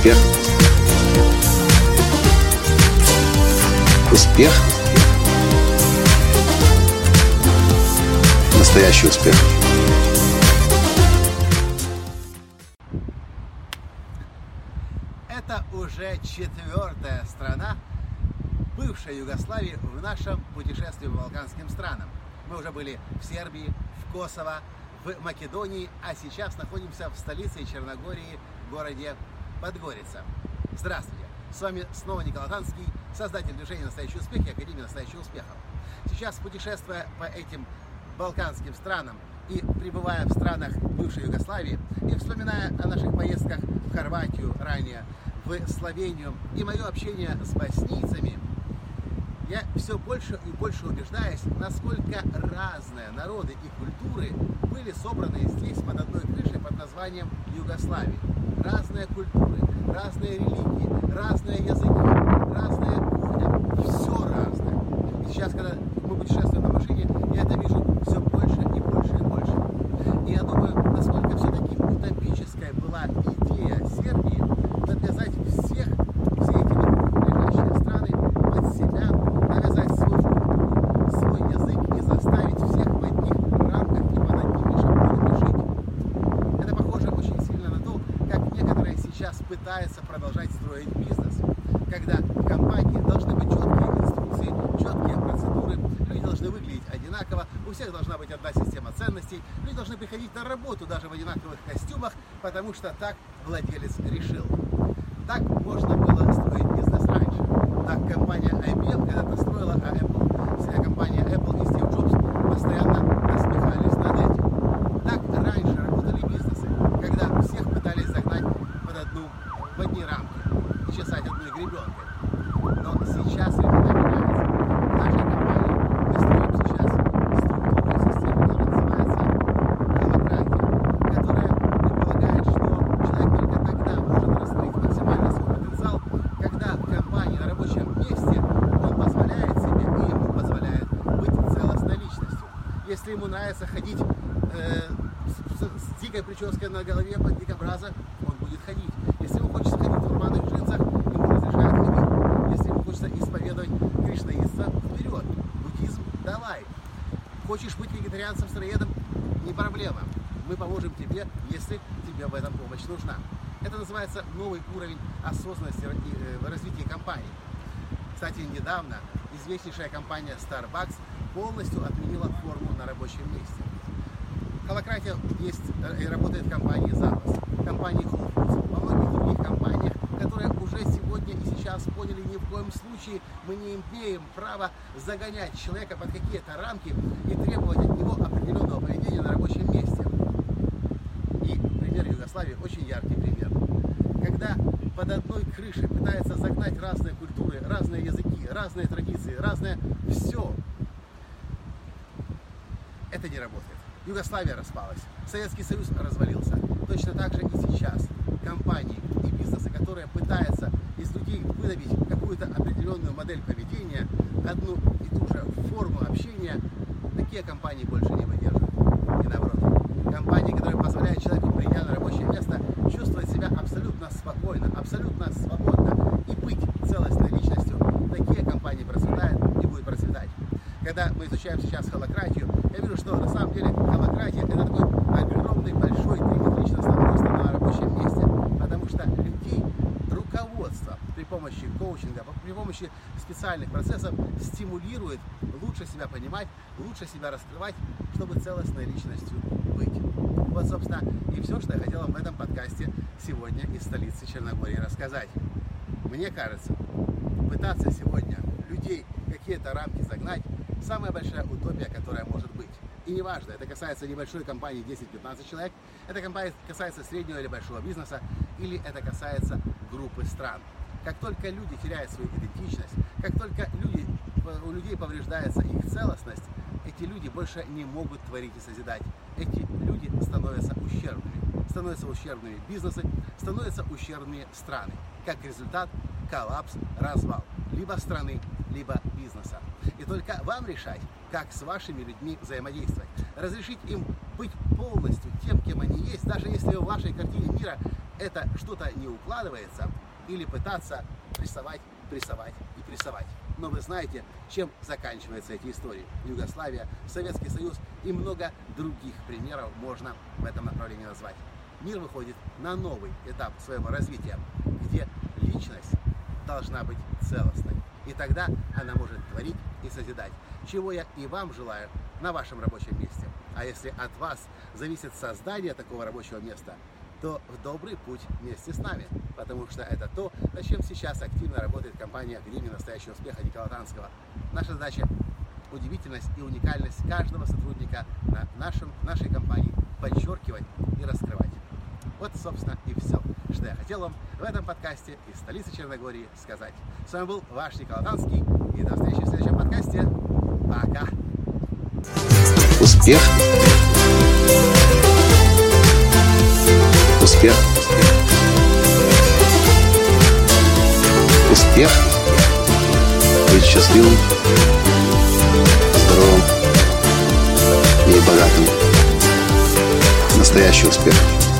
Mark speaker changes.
Speaker 1: Успех. Успех. Настоящий успех.
Speaker 2: Это уже 4-я страна бывшей Югославии в нашем путешествии по балканским странам. Мы уже были в Сербии, в Косово, в Македонии, а сейчас находимся в столице Черногории, городе Подгорица. Здравствуйте! С вами снова Николай Танский, создатель движения «Настоящий успех» и Академии настоящих успехов. Сейчас, путешествуя по этим балканским странам и пребывая в странах бывшей Югославии, и вспоминая о наших поездках в Хорватию ранее, в Словению и мое общение с боснийцами, я все больше и больше убеждаюсь, насколько разные народы и культуры были собраны здесь под одной крышей под названием Югославия. Разные культуры, разные религии, разные языки, разная кухня, все разное. И сейчас, когда мы путешествуем на машине, я это вижу все больше и больше и больше. И я думаю, насколько все-таки утопическая была идея Сербии навязать все эти ближайшие страны под себя, навязать свою культуру, свой язык и заставить всех в одних рамках и под одними шаблонами жить. Это похоже очень сильно на то, как некоторые сейчас пытаются продолжать строить бизнес, когда в компании должны быть четкие инструкции, четкие процедуры, люди должны выглядеть одинаково, у всех должна быть одна система ценностей, люди должны приходить на работу даже в одинаковых костюмах, потому что так владелец решил. Так можно было строить бизнес раньше. Так компания IBM когда-то строила, а компания Apple и Стив Джобс постоянно насмехались над этим. Так раньше работали бизнесы, когда всех пытались загнать в одни рамки и чесать одной гребенкой. Но сейчас времена меняются. В нашей компании мы строим сейчас структурную систему, которая называется холократия, которая предполагает, что человек только тогда может раскрыть максимально свой потенциал, когда в компании на рабочем месте он позволяет себе и ему позволяет быть целостной личностью. Если ему нравится ходить с дикой прической на голове под дикобраза, он будет ходить. Если ему хочется ходить в рваных джинсах, ему разрешают ходить. Если ему хочется исповедовать кришнаитство, вперед. Буддизм, давай. Хочешь быть вегетарианцем, сыроедом, не проблема. Мы поможем тебе, если тебе в этом помощь нужна. Это называется новый уровень осознанности в развитии компании. Кстати, недавно известнейшая компания Starbucks полностью отменила форму на рабочем месте. Холократия есть и работает в компании Zappos, в компании Whole Foods, во многих других компаниях, которые уже сегодня и сейчас поняли, ни в коем случае мы не имеем права загонять человека под какие-то рамки и требовать от него определенного поведения на рабочем месте. И пример Югославии очень яркий пример. Когда под одной крышей пытаются загнать разные культуры, разные языки, разные традиции, разное все, это не работает. Югославия распалась, Советский Союз развалился. Точно так же и сейчас компании и бизнесы, которые пытаются из людей выдавить какую-то определенную модель поведения, одну и ту же форму общения, такие компании больше не выдерживают. И наоборот, компании, которые позволяют человеку, придя на рабочее место, чувствовать себя абсолютно спокойно, абсолютно свободно и быть целостной личностью, такие компании процветают и будут процветать. Когда мы изучаем сейчас холократию, я вижу, что на самом деле холократия – это такой огромный, большой триметричностный рост на рабочем месте, потому что людей руководство при помощи коучинга, при помощи специальных процессов стимулирует лучше себя понимать, лучше себя раскрывать, чтобы целостной личностью быть. Вот, собственно, и все, что я хотел вам в этом подкасте сегодня из столицы Черногории рассказать. Мне кажется, пытаться сегодня людей какие-то рамки загнать – самая большая утопия, которая может быть. И неважно, это касается небольшой компании 10-15 человек, это касается среднего или большого бизнеса, или это касается группы стран. Как только люди теряют свою идентичность, как только у людей повреждается их целостность, эти люди больше не могут творить и созидать. Эти люди становятся ущербными. Становятся ущербными бизнесы, становятся ущербными страны. Как результат – коллапс, развал либо страны, либо бизнеса. И только вам решать, как с вашими людьми взаимодействовать. Разрешить им быть полностью тем, кем они есть, даже если в вашей картине мира это что-то не укладывается, или пытаться прессовать и прессовать. Но вы знаете, чем заканчиваются эти истории. Югославия, Советский Союз и много других примеров можно в этом направлении назвать. Мир выходит на новый этап своего развития, где личность должна быть целостной. И тогда она может творить и созидать, чего я и вам желаю на вашем рабочем месте. А если от вас зависит создание такого рабочего места, то в добрый путь вместе с нами, потому что это то, над чем сейчас активно работает компания Академии настоящего успеха Николая Танского. Наша задача – удивительность и уникальность каждого сотрудника на нашей компании подчеркивать и раскрывать. Вот, собственно, и все, что я хотел вам в этом подкасте из столицы Черногории сказать. С вами был ваш Николай Танский, и до встречи в следующем подкасте. Пока!
Speaker 1: Успех. Успех. Успех. Быть счастливым, здоровым и богатым. Настоящий успех.